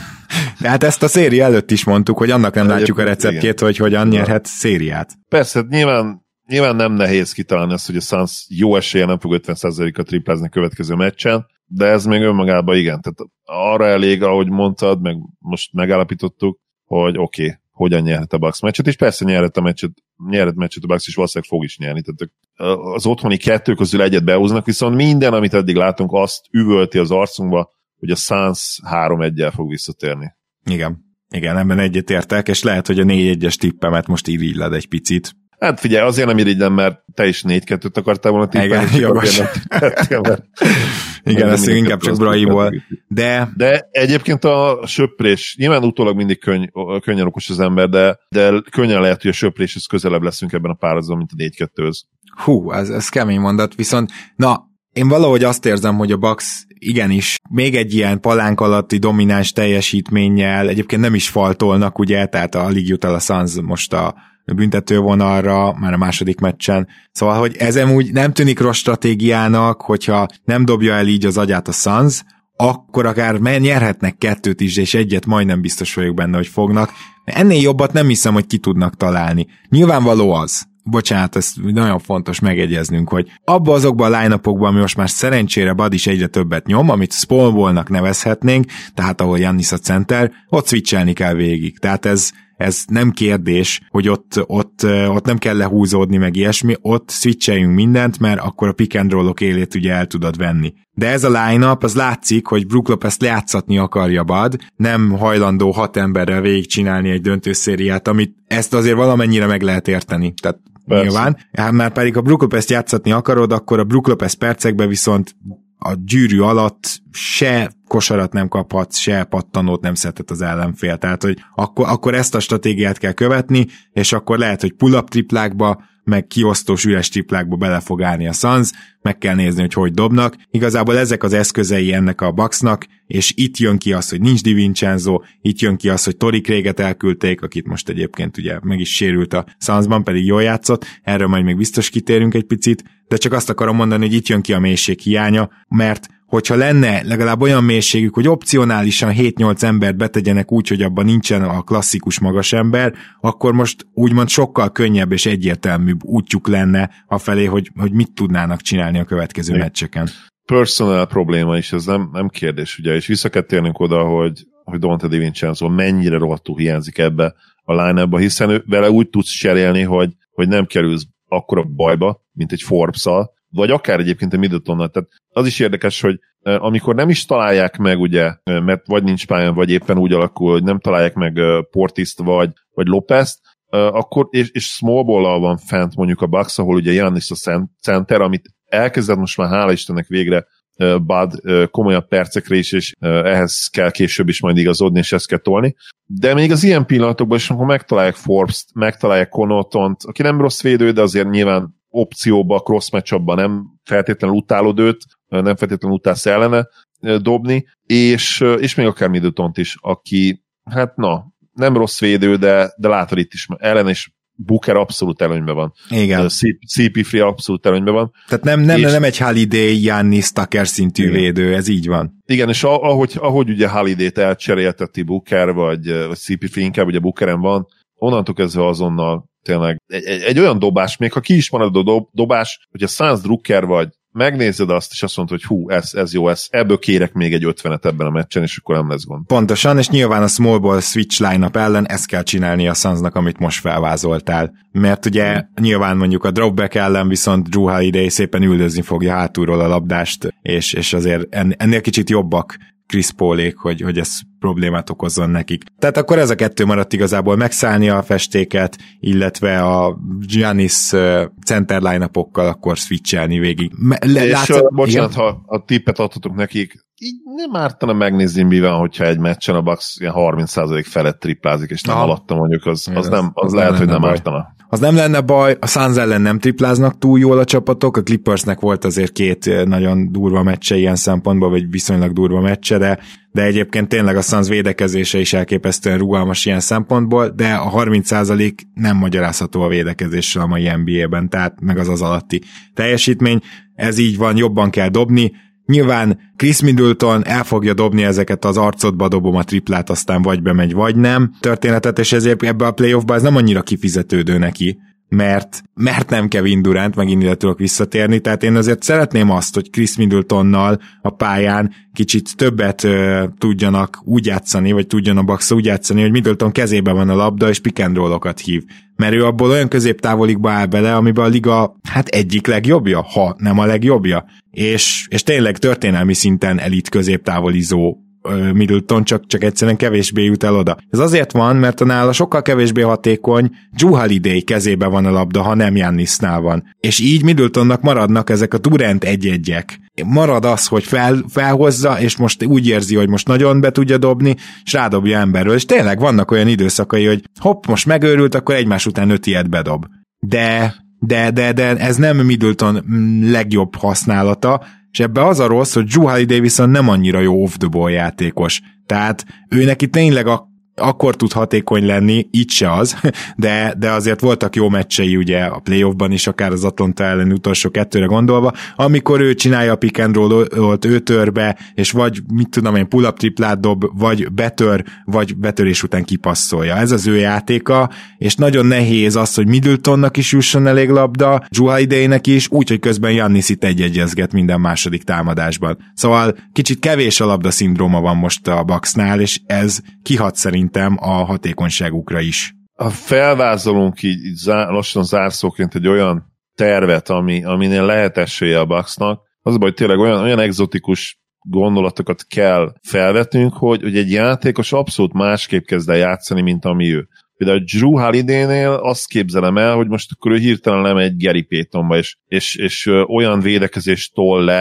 hát ezt a széria előtt is mondtuk, hogy annak nem látjuk a receptjét, hogy hogyan nyerhet szériát. Persze, nyilván, nyilván nem nehéz kitalálni azt, hogy a Suns jó esélye nem fog ötven százalékot triplázni a következő meccsen, de ez még önmagában igen. Tehát arra elég, ahogy mondtad, meg most megállapítottuk, hogy oké, okay, hogyan nyerhet a Bucks meccset, és persze nyerhet a meccset, nyerhet meccset a Bucks, és valószínűleg fog is nyerni. Tehát az otthoni kettő közül egyet behúznak, viszont minden, amit eddig látunk, azt üvölti az arcunkba, hogy a Suns három egyel fog visszatérni. Igen. Igen, ebben egyetértek, és lehet, hogy a négy egyes tippemet most irigyled egy picit. Hát figyelj, azért nem irigylem, mert te is négy kettőt akartál volna tippelni. Igen, jogos. Igen, ezt inkább csak Braiból. De... de egyébként a söprés, nyilván utólag mindig könny, könnyen okos az ember, de, de könnyen lehet, hogy a söpréshez közelebb leszünk ebben a párazon, mint a négy kettőhöz. Hú, ez, ez kemény mondat, viszont na, én valahogy azt érzem, hogy a Bucks igenis még egy ilyen palánk alatti domináns teljesítménnyel, egyébként nem is faltolnak, ugye, tehát alig jut el a Suns most a büntetővonalra, már a második meccsen. Szóval, hogy ez úgy nem tűnik rossz stratégiának, hogyha nem dobja el így az agyát a Suns, akkor akár nyerhetnek kettőt is, és egyet majdnem biztos vagyok benne, hogy fognak. Ennél jobbat nem hiszem, hogy ki tudnak találni. Nyilvánvaló az, bocsánat, ez nagyon fontos megegyeznünk, hogy abba azokban a line-upokban, ami most már szerencsére Bud is egyre többet nyom, amit Spallballnak nevezhetnénk, tehát ahol Giannis a center, ott switchelni kell végig. Tehát ez, ez nem kérdés, hogy ott, ott, ott nem kell lehúzódni, meg ilyesmi, ott switcheljünk mindent, mert akkor a pick and roll-ok élét ugye el tudod venni. De ez a line-up, az látszik, hogy Brook Lopez lejátszatni akarja Bud, nem hajlandó hat emberrel végigcsinálni egy döntőszériát, amit ezt azért valamennyire meg lehet érteni. Tehát persze. Nyilván, hát már pedig a Brook Lopez játszatni akarod, akkor a Brook Lopez percekben viszont a gyűrű alatt se kosarat nem kaphatsz, se pattanót nem szedhet az ellenfél. Tehát, hogy akkor, akkor ezt a stratégiát kell követni, és akkor lehet, hogy pull-up triplákba, meg kiosztós üres triplákba bele fog állni a Suns, meg kell nézni, hogy hogy dobnak. Igazából ezek az eszközei ennek a Bucksnak, és itt jön ki az, hogy nincs DiVincenzo, itt jön ki az, hogy Torrey Craig-et elküldték, akit most egyébként ugye meg is sérült a Sunsban, pedig jól játszott, erről majd még biztos kitérünk egy picit, de csak azt akarom mondani, hogy itt jön ki a mélység hiánya, mert hogyha lenne legalább olyan mélységük, hogy opcionálisan hét-nyolc embert betegyenek úgy, hogy abban nincsen a klasszikus magas ember, akkor most úgymond sokkal könnyebb és egyértelműbb útjuk lenne afelé, hogy, hogy mit tudnának csinálni a következő meccseken. Personal probléma is, ez nem, nem kérdés, ugye, és vissza kell térnünk oda, hogy, hogy Donte DiVincenzo mennyire rohadtul hiányzik ebbe a line-upba, hiszen ő, vele úgy tudsz cserélni, hogy, hogy nem kerülsz akkora bajba, mint egy Forbes-szal, vagy akár egyébként a Middletonnal. Tehát az is érdekes, hogy amikor nem is találják meg, ugye, mert vagy nincs pályán, vagy éppen úgy alakul, hogy nem találják meg Portist vagy, vagy Lopez-t, akkor, és, és small ball-al van fent mondjuk a Bucks, ahol ugye Giannis a center, amit elkezdett most már hála Istennek végre Bud komolyabb percekre is, és ehhez kell később is majd igazodni, és ezt kell tolni. De még az ilyen pillanatokban is, amikor megtalálják Forbes-t, megtalálják Connaughtont, aki nem rossz védő, de azért nyilván opcióba, cross match-abban nem feltétlenül utálod őt, nem feltétlenül utálsz ellene dobni, és, és még akár Middletont is, aki, hát na, nem rossz védő, de, de látod itt is ellen, és Booker abszolút előnyben van. Igen. cé pé három abszolút előnyben van. Tehát nem, nem, és, nem egy Holiday, Giannis, Tucker szintű igen. védő, ez így van. Igen, és ahogy, ahogy ugye Holiday-t elcserélteti Booker, vagy, vagy cé pé három inkább ugye Bookeren van, onnantól kezdve azonnal tényleg egy, egy, egy olyan dobás, még ha ki is marad a dob, dobás, hogyha Suns Drucker vagy, megnézed azt, és azt mondod, hogy hú, ez, ez jó, ez, ebből kérek még egy ötvenet ebben a meccsen, és akkor nem lesz gond. Pontosan, és nyilván a small ball switch line-up ellen ezt kell csinálni a Sunsnak, amit most felvázoltál. Mert ugye mm. nyilván mondjuk a dropback ellen viszont Drew Holiday szépen üldözni fogja hátulról a labdást, és, és azért ennél kicsit jobbak Chris Paulék, hogy, hogy ez problémát okozzon nekik. Tehát akkor ez a kettő maradt igazából megszállni a festéket, illetve a Giannis center line-upokkal akkor switchelni végig. Le, és látszat, bocsánat, igen? Ha a tippet adhatok nekik, így nem ártana megnézni, mi van, hogyha egy meccsen a Bucks ilyen harminc százalék felett triplázik, és nem alatta mondjuk, az, az, nem, az, az lehet, nem hogy nem baj. Ártana. Az nem lenne baj, a Suns ellen nem tripláznak túl jól a csapatok, a Clippersnek volt azért két nagyon durva meccse ilyen szempontból, vagy viszonylag durva meccse, de, de egyébként tényleg a Suns védekezése is elképesztően rugalmas ilyen szempontból, de a harminc százalék nem magyarázható a védekezéssel a mai en bé á-ben, tehát meg az az alatti teljesítmény, ez így van, jobban kell dobni. Nyilván Chris Middleton el fogja dobni ezeket az arcodba dobom a triplát, aztán vagy bemegy, vagy nem történetet, és ezért ebbe a playoffba ez nem annyira kifizetődő neki, mert, mert nem Kevin Durant, megint ide tudok visszatérni, tehát én azért szeretném azt, hogy Chris Middletonnal a pályán kicsit többet ö, tudjanak úgy játszani, vagy tudjon a Bucks úgy játszani, hogy Middleton kezében van a labda, és pick and roll-okat hív. Mert ő abból olyan középtávolikba áll bele, amiben a liga hát egyik legjobbja, ha nem a legjobbja. És, és tényleg történelmi szinten elit középtávolizó Middleton, csak, csak egyszerűen kevésbé jut el oda. Ez azért van, mert a nála sokkal kevésbé hatékony Drew Holiday kezébe van a labda, ha nem Giannisnál van. És így Middletonnak maradnak ezek a Durant egy-egyek. Marad az, hogy fel, felhozza, és most úgy érzi, hogy most nagyon be tudja dobni, és rádobja emberről. És tényleg vannak olyan időszakai, hogy hopp, most megőrült, akkor egymás után öt ilyet bedob. De, de, de, de ez nem Middleton legjobb használata, és ebbe az a rossz, hogy Drew Holiday viszont nem annyira jó off-the-ball játékos. Tehát ő neki tényleg a, akkor tud hatékony lenni, így se az, de, de azért voltak jó meccsei ugye a playoffban is, akár az Atlanta ellen utolsó kettőre gondolva, amikor ő csinálja a pick and roll-ot, ő tör be, és vagy mit tudom én, pull-up triplát dob, vagy betör, vagy betörés után kipasszolja. Ez az ő játéka, és nagyon nehéz az, hogy Middletonnak is jusson elég labda, Drew Holiday-nek is, úgyhogy közben Giannis itt egy-egyezget minden második támadásban. Szóval kicsit kevés a labda szindróma van most a Bucksnál, és ez kihat szerintem a hatékonyságukra is. A felvázolunk így, így zá, lassan zárszóként egy olyan tervet, ami, aminél lehet esélye a Bucksnak, az a baj, hogy tényleg olyan, olyan egzotikus gondolatokat kell felvetnünk, hogy, hogy egy játékos abszolút másképp kezd el játszani, mint ami ő. Például Drew Holiday-nél azt képzelem el, hogy most akkor ő hirtelen lemegy Gary Paytonba, és, és, és olyan védekezést tol le,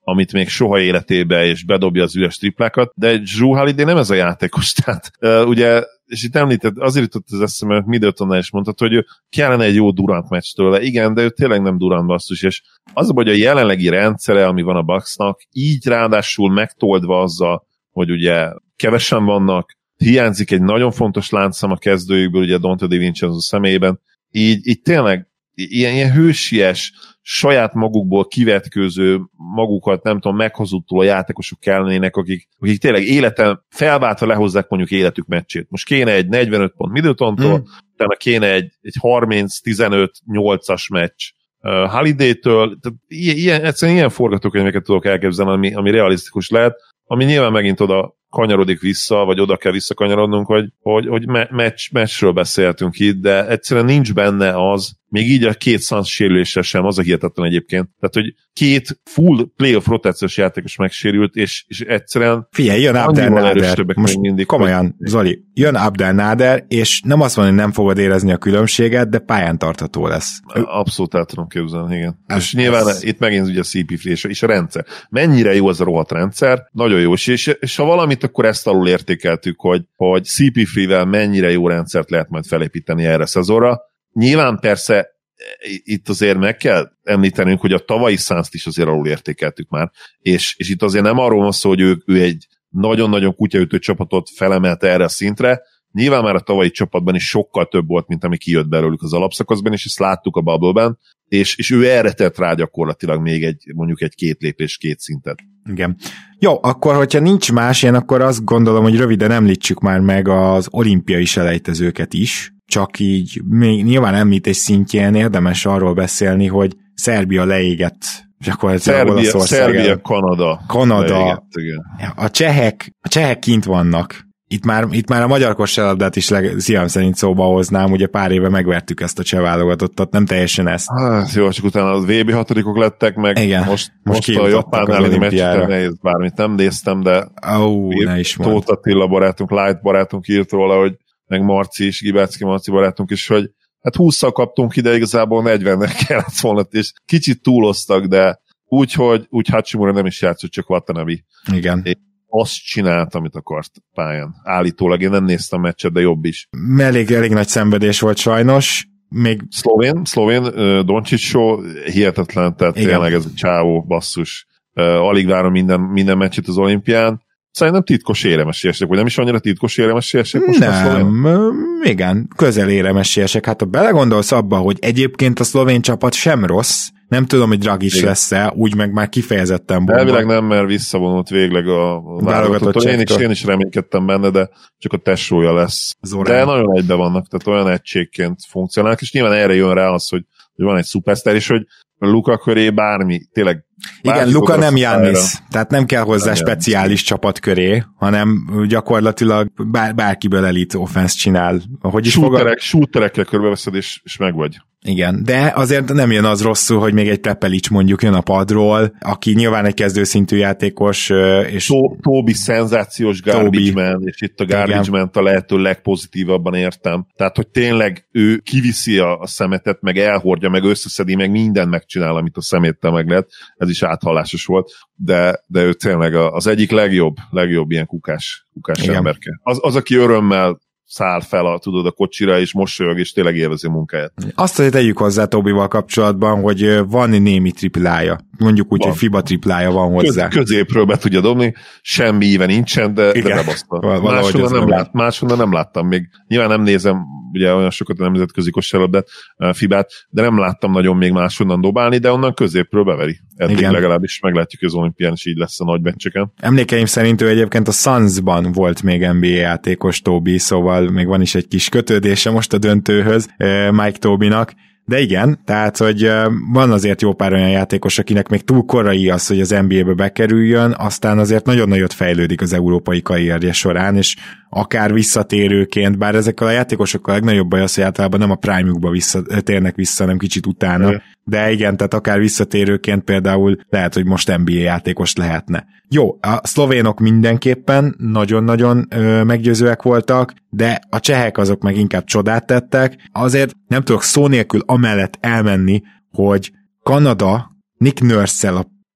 amit még soha életébe, és bedobja az üres triplákat, de Jrue Holiday nem ez a játékos, tehát uh, ugye, és itt említett, azért jutott az eszembe, mert Middletonnál is mondtad, hogy kellene egy jó Durant meccs tőle, igen, de ő tényleg nem Durant basszus, és az, hogy a jelenlegi rendszere, ami van a Bucksnak, így ráadásul megtoldva azzal, hogy ugye kevesen vannak, hiányzik egy nagyon fontos láncszem a kezdőjükből, ugye Donte DiVincenzo személyében, így, így tényleg ilyen, ilyen hősies, saját magukból kivetkőző, magukat nem tudom, meghazudtoló játékosok kellenének, akik, akik tényleg életen felváltva lehozzák mondjuk életük meccsét. Most kéne egy negyvenöt pont Middletontól, mm. utána kéne egy, egy harminc tizenöt nyolcas meccs uh, Holiday-től. Tehát ilyen, ilyen, egyszerűen ilyen forgatókönyveket tudok elképzelni, ami, ami realisztikus lehet, ami nyilván megint oda kanyarodik vissza, vagy oda kell visszakanyarodnunk, hogy, hogy, hogy meccs, meccsről beszéltünk itt, de egyszerűen nincs benne az, még így a két Suns sérülése sem, az a hihetetlen egyébként. Tehát, hogy két full playoff rotációs játékos megsérült, és, és egyszerűen figyelj, jön Abdel Nader, most mindig, komolyan, hogy... Zoli, jön Abdel Nader, és nem azt mondom, hogy nem fogod érezni a különbséget, de pályán tartható lesz. Abszolút el tudom képzelni, igen. Ez, és nyilván ez... itt megint ugye a cé pé és, és a rendszer. Mennyire jó ez a rohadt rendszer, nagyon jó, és, és, és ha valamit, akkor ezt alul értékeltük, hogy, hogy cé pé-vel mennyire jó rendszert lehet majd felépíteni erre a szezonra. Nyilván persze itt azért meg kell említenünk, hogy a tavalyi Suns-t is azért alul értékeltük már, és, és itt azért nem arról van szó, hogy ő, ő egy nagyon-nagyon kutyaütő csapatot felemelte erre a szintre, nyilván már a tavalyi csapatban is sokkal több volt, mint ami kijött belőlük az alapszakaszban, és ezt láttuk a bubble-ben, és, és ő erre tett rá gyakorlatilag még egy, mondjuk egy két lépés, két szintet. Igen. Jó, akkor, hogyha nincs más ilyen, akkor azt gondolom, hogy röviden említsük már meg az olimpiai selejtezőket is, csak így még nyilván említés szintjén érdemes arról beszélni, hogy Szerbia leégett gyakorlatilag Olaszország. Szerbia, Kanada. Kanada. Leégett, a csehek, a csehek kint vannak. Itt már, itt már a magyar kosárlabdát is leg, szívem szerint szóba hoznám, ugye pár éve megvertük ezt a cseh válogatottat, nem teljesen ezt. Hát jó, csak utána a vé bé hatodikok lettek, meg igen, most, most, most a japán elleni meccsen nehéz, bármit nem néztem, de oh, ne is Tóth Attila barátunk, Light barátunk írt róla, hogy meg Marci is, Gibácki Marci barátunk is, hogy hát hússzal kaptunk ide, igazából negyvennek kellett volna, és kicsit túloztak, de úgy, hogy úgy Hachimura nem is játszott, csak Watanabe. Igen. És azt csinált, amit akart pályán. Állítólag, én nem néztem meccset, de jobb is. Elég, elég nagy szenvedés volt sajnos. Még... Szlovén, szlovén, uh, Doncsics show, hihetetlen, tehát igen. Tényleg ez a csávó, basszus. Uh, alig várom minden, minden meccset az olimpián. Szerintem titkos éremesélyesek, vagy nem is annyira titkos éremesélyesek most nem, igen, közel éremesélyesek. Hát ha belegondolsz abba, hogy egyébként a szlovén csapat sem rossz, nem tudom, hogy Dragic lesz-e, úgy meg már kifejezetten bomba. Elvileg nem, mert visszavonult végleg a válogatott. Én is, én is reménykedtem benne, de csak a tesója lesz. Zorán. De nagyon egybe vannak, tehát olyan egységként funkcionálnak, és nyilván erre jön rá az, hogy, hogy van egy szupersztár, és hogy Luka köré bármi, tényleg igen, Luka nem Giannis, tehát nem kell hozzá nem speciális Giannis csapat köré, hanem gyakorlatilag bár, bárkiből elit offense csinál. Ahogy is Shooterek, shooterekkel körbeveszed, és, és megvagy. Igen, de azért nem jön az rosszul, hogy még egy Prepelic mondjuk jön a padról, aki nyilván egy kezdőszintű játékos, és... Toby szenzációs garbage man, és itt a garbage man-t a lehető legpozitívabban értem. Tehát, hogy tényleg ő kiviszi a, a szemetet, meg elhordja, meg összeszedi, meg mindent megcsinál, amit a szeméttel meg lehet. Ez is áthallásos volt, de, de ő tényleg az egyik legjobb, legjobb ilyen kukás, kukás emberke. Az, az, aki örömmel száll fel a, tudod, a kocsira, és mosolyog, és tényleg élvezi a munkáját. Azt azért tegyük hozzá Tobival kapcsolatban, hogy van némi triplája. Mondjuk úgy, van. Hogy FIBA triplája van hozzá. Köz, középről be tudja dobni, semmi íve nincsen, de, de bebaszta. Máshonnan nem, lát, máshonnan nem láttam még. Nyilván nem nézem ugye olyan sokat a nemzetközi kosárlabdát, FIBát, de nem láttam nagyon még máshonnan dobálni, de onnan középről beveri. Eddig igen. Legalábbis meglátjuk, hogy az olimpián is így lesz a nagy meccseken. Emlékeim szerint ő egyébként a Sunsban volt még en bé á játékos Tobi, szóval még van is egy kis kötődése most a döntőhöz Mike Tobinak. De igen, tehát, hogy van azért jó pár olyan játékos, akinek még túl korai az, hogy az en bé á-be bekerüljön, aztán azért nagyon nagyot fejlődik az európai karrierje során, és akár visszatérőként, bár ezekkel a játékosokkal a legnagyobb baj az, hogy általában nem a prime-jukba vissza, térnek vissza, hanem kicsit utána. De. de igen, tehát akár visszatérőként például lehet, hogy most en bé á játékos lehetne. Jó, a szlovénok mindenképpen nagyon-nagyon ö, meggyőzőek voltak, de a csehek azok meg inkább csodát tettek. Azért nem tudok szó nélkül amellett elmenni, hogy Kanada Nick Nurse-szel a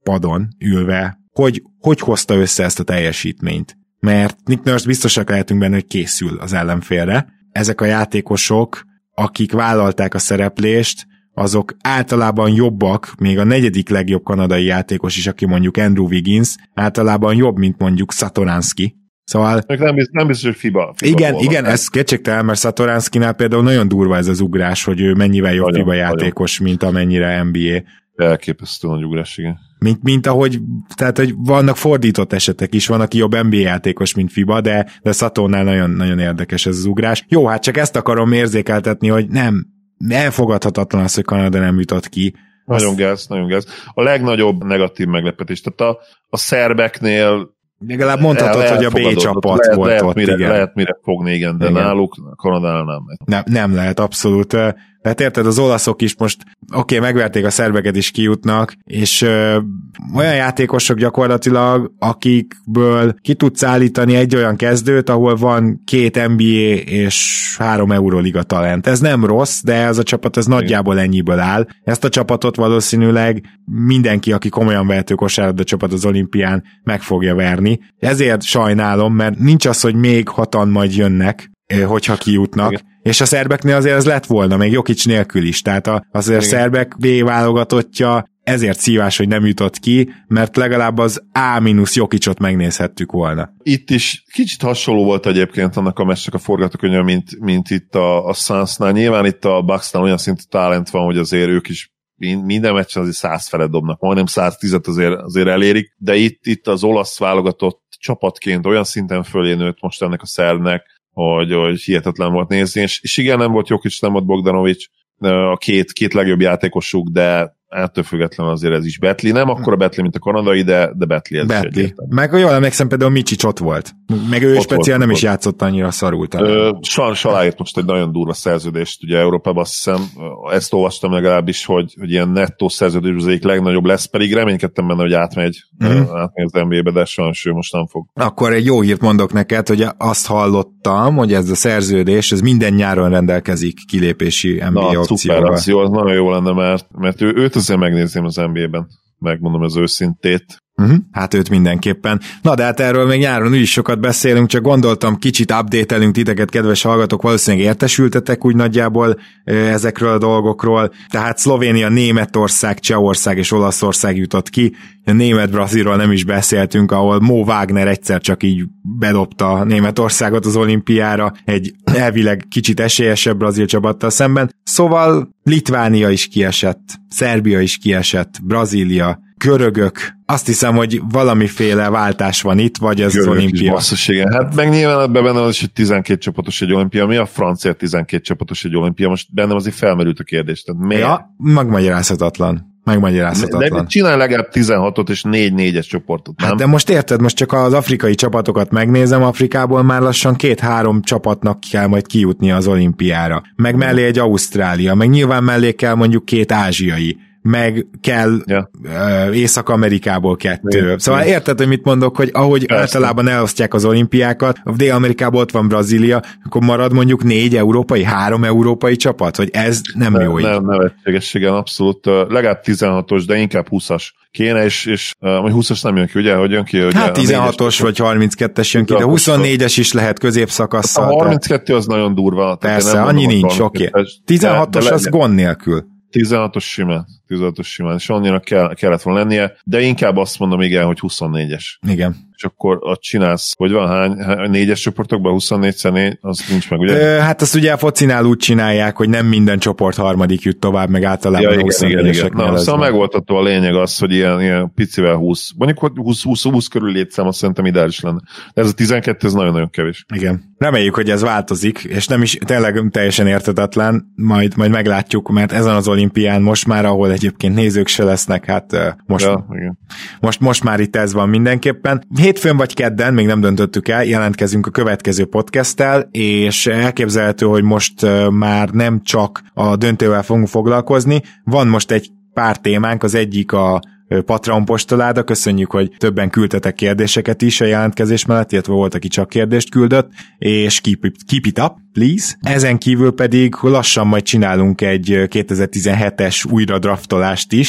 padon ülve, hogy, hogy hozta össze ezt a teljesítményt. Mert Nick Nurse biztosak lehetünk benne, hogy készül az ellenfélre. Ezek a játékosok, akik vállalták a szereplést, azok általában jobbak, még a negyedik legjobb kanadai játékos is, aki mondjuk Andrew Wiggins, általában jobb, mint mondjuk Satoranski. Szóval... Nem biztos, nem biztos, hogy FIBA. FIBA igen, volna. igen, ez kétségtelen, mert Satoranskinál például nagyon durva ez az ugrás, hogy ő mennyivel jobb nagyon, FIBA játékos, nagyon. Mint amennyire en bé á. Elképesztő nagy ugrás, igen. Mint, mint ahogy, tehát, hogy vannak fordított esetek is, van, aki jobb en bé á játékos, mint FIBA, de, de Satonnál nagyon, nagyon érdekes ez az ugrás. Jó, hát csak ezt akarom érzékeltetni, hogy nem, elfogadhatatlan az, hogy Kanada nem jutott ki. Nagyon Azt... gáz, nagyon gáz. A legnagyobb negatív meglepetés, tehát a, a szerbeknél legalább mondhatod, el, hogy a B csapat lehet, volt lehet, ott, mire, igen. Lehet mire fogni, igen, de igen. Náluk Kanadánál nem. nem. Nem lehet, abszolút. Hát érted, az olaszok is most oké, okay, megverték a szerbeket is kijutnak, és ö, olyan játékosok gyakorlatilag, akikből ki tudsz állítani egy olyan kezdőt, ahol van két en bé á és három Euroliga talent. Ez nem rossz, de ez a csapat ez nagyjából ennyiből áll. Ezt a csapatot valószínűleg mindenki, aki komolyan vehető kosárlabda csapat az olimpián meg fogja verni. Ezért sajnálom, mert nincs az, hogy még hatan majd jönnek, hogyha kijutnak. Igen. És a szerbeknél azért ez lett volna, még Jokic nélkül is, tehát a, azért igen. A szerbek B válogatottja ezért szívás, hogy nem jutott ki, mert legalább az A mínusz Jokicot megnézhettük volna. Itt is kicsit hasonló volt egyébként annak a meccsnek a forgatókönyve, mint, mint itt a, a Sunsnál. Nyilván itt a Bucksnál olyan szintű talent van, hogy azért ők is minden meccsen azért száz felett dobnak, majdnem száztízet azért, azért elérik, de itt, itt az olasz válogatott csapatként olyan szinten fölé nőtt most ennek a szervnek, hogy, hogy hihetetlen volt nézni, és, és igen, nem volt Jokic, nem volt Bogdanovic, a két, két legjobb játékosuk, de ettől függetlenül azért ez is Betli. Nem akkora Betli, mint a kanadai, de, de Betli ez Betli. is meg jól emlékszem, például Micsics ott volt. Meg ő ott speciál volt, nem is játszott annyira szarult. Sajnos aláírt most egy nagyon durva szerződést, ugye Európában azt hiszem, ezt olvastam legalábbis, hogy, hogy ilyen nettó szerződés az egyik legnagyobb lesz, pedig reménykedtem benne, hogy átmegy, mm-hmm. átmegy az en bé á-be, de sajnos ő most nem fog. Akkor egy jó hírt mondok neked, hogy azt hallottam, hogy ez a szerződés, ez minden nyáron rendelkezik kilépési en bé á opcióval. Szuper, jó, az nagyon jó lenne, mert, mert ő, őt azért megnézném az en bé á-ben, megmondom az őszintét. Uh-huh. Hát őt mindenképpen. Na de hát erről még nyáron úgy is sokat beszélünk, csak gondoltam, kicsit update-elünk titeket, kedves hallgatók, valószínűleg értesültetek úgy nagyjából e, ezekről a dolgokról. Tehát Szlovénia, Németország, Csehország és Olaszország jutott ki. A Német-Brazilról nem is beszéltünk, ahol Mo Wagner egyszer csak így bedobta Németországot az olimpiára, egy elvileg kicsit esélyesebb brazil csapattal szemben. Szóval Litvánia is kiesett, Szerbia is kiesett, Brazília, görögök. Azt hiszem, hogy valamiféle váltás van itt, vagy ez görögök az olimpia. Basszus, igen. Hát meg nyilván ebben benne az is, hogy tizenkét csapatos egy olimpia. Mi a francia tizenkét csapatos egy olimpia? Most bennem azért felmerült a kérdés. Tehát miért? Ja, megmagyarázhatatlan. Megmagyarázhatatlan. De csinálj legalább tizenhatot és négy négyes csoportot, nem? Hát de most érted, most csak az afrikai csapatokat megnézem, Afrikából már lassan két-három csapatnak kell majd kijutni az olimpiára. Meg mellé egy Ausztrália, meg nyilván mellé kell mondjuk két ázsiai, meg kell ja. uh, Észak-Amerikából kettő. Ja. Szóval érted, hogy mit mondok, hogy ahogy persze. Általában elosztják az olimpiákat, a Dél-Amerikában ott van Brazília, akkor marad mondjuk négy európai, három európai csapat, hogy ez nem, nem jó így. Nem, nevetséges, igen, abszolút. Legalább tizenhatos, de inkább húszas kéne, és, és uh, húszas nem jön ki, ugye? Hogy jön ki, ugye, hát tizenhatos vagy harminckettes jön ki, de huszonnégyes is lehet középszakasszal. Hát a harminckettő az nagyon durva. Persze, annyi nincs, oké. Okay. tizenhatos de, de az gond nélkül. tizenhatos simán, tizenhatos simán, és annyira kell, kellett volna lennie, de inkább azt mondom, igen, hogy huszonnégyes. Igen. És akkor ott csinálsz, hogy van hány, hány négyes csoportokban, huszonnégy négy, az nincs meg, ugye? Ö, hát azt ugye a focinál úgy csinálják, hogy nem minden csoport harmadik jut tovább, meg általában ja, huszonnégyesek. Szóval megoldható a lényeg az, hogy ilyen, ilyen picivel húsz, mondjuk húsz körül létszám, azt szerintem ideális lenne. De ez a tizenkettő, ez nagyon-nagyon kevés. Igen. Reméljük, hogy ez változik, és nem is tényleg teljesen értetetlen, majd, majd meglátjuk, mert ezen az olimpián most már, ahol egyébként nézők se lesznek, hát most, ja, igen. most, most már itt ez van mindenképpen. Hétfőn vagy kedden, még nem döntöttük el, jelentkezünk a következő podcasttel, és elképzelhető, hogy most már nem csak a döntővel fogunk foglalkozni, van most egy pár témánk, az egyik a Patreon postaláda, köszönjük, hogy többen küldtetek kérdéseket is a jelentkezés mellett, illetve volt, aki csak kérdést küldött, és keep it, keep it up, please. Ezen kívül pedig lassan majd csinálunk egy kétezer-tizenhetes újra draftolást is,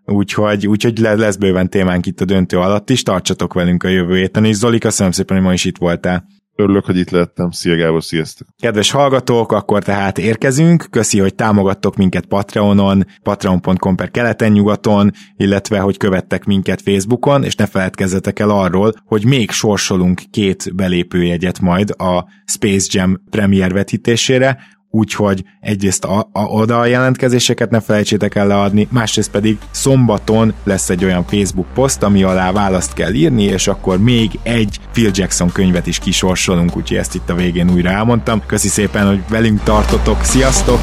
úgyhogy, úgyhogy lesz bőven témánk itt a döntő alatt is, tartsatok velünk a jövő héten, és Zoli, köszönöm szépen, hogy ma is itt voltál. Örülök, hogy itt lettem. Szia Gábor, sziasztok! Kedves hallgatók, akkor tehát érkezünk. Köszi, hogy támogattok minket Patreonon, patreon pont com per keleten-nyugaton, illetve, hogy követtek minket Facebookon, és ne feledkezzetek el arról, hogy még sorsolunk két belépőjegyet majd a Space Jam premier vetítésére, úgyhogy egyrészt a, a, oda a jelentkezéseket ne felejtsétek el leadni, másrészt pedig szombaton lesz egy olyan Facebook poszt, ami alá választ kell írni, és akkor még egy Phil Jackson könyvet is kisorsolunk, úgyhogy ezt itt a végén újra elmondtam. Köszi szépen, hogy velünk tartotok, sziasztok!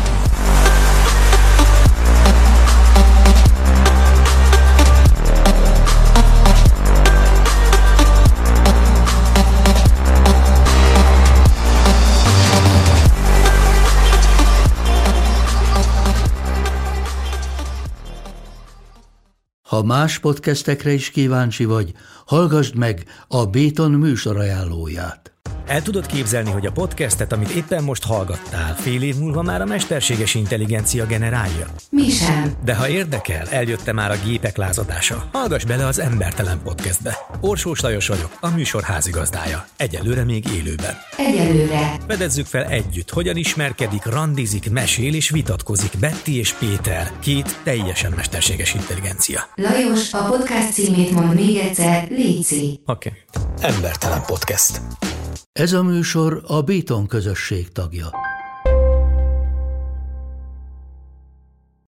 Ha más podcastekre is kíváncsi vagy, hallgassd meg a Béton műsor ajánlóját. El tudod képzelni, hogy a podcastet, amit éppen most hallgattál, fél év múlva már a mesterséges intelligencia generálja? Mi sem. De ha érdekel, eljötte már a gépek lázadása. Hallgass bele az Embertelen Podcastbe. Orsós Lajos vagyok, a műsor házigazdája. Egyelőre még élőben. Egyelőre. Fedezzük fel együtt, hogyan ismerkedik, randizik, mesél és vitatkozik Betty és Péter, két teljesen mesterséges intelligencia. Lajos, a podcast címét mond még egyszer, léci. Oké. Okay. Embertelen Podcast. Ez a műsor a Béton közösség tagja.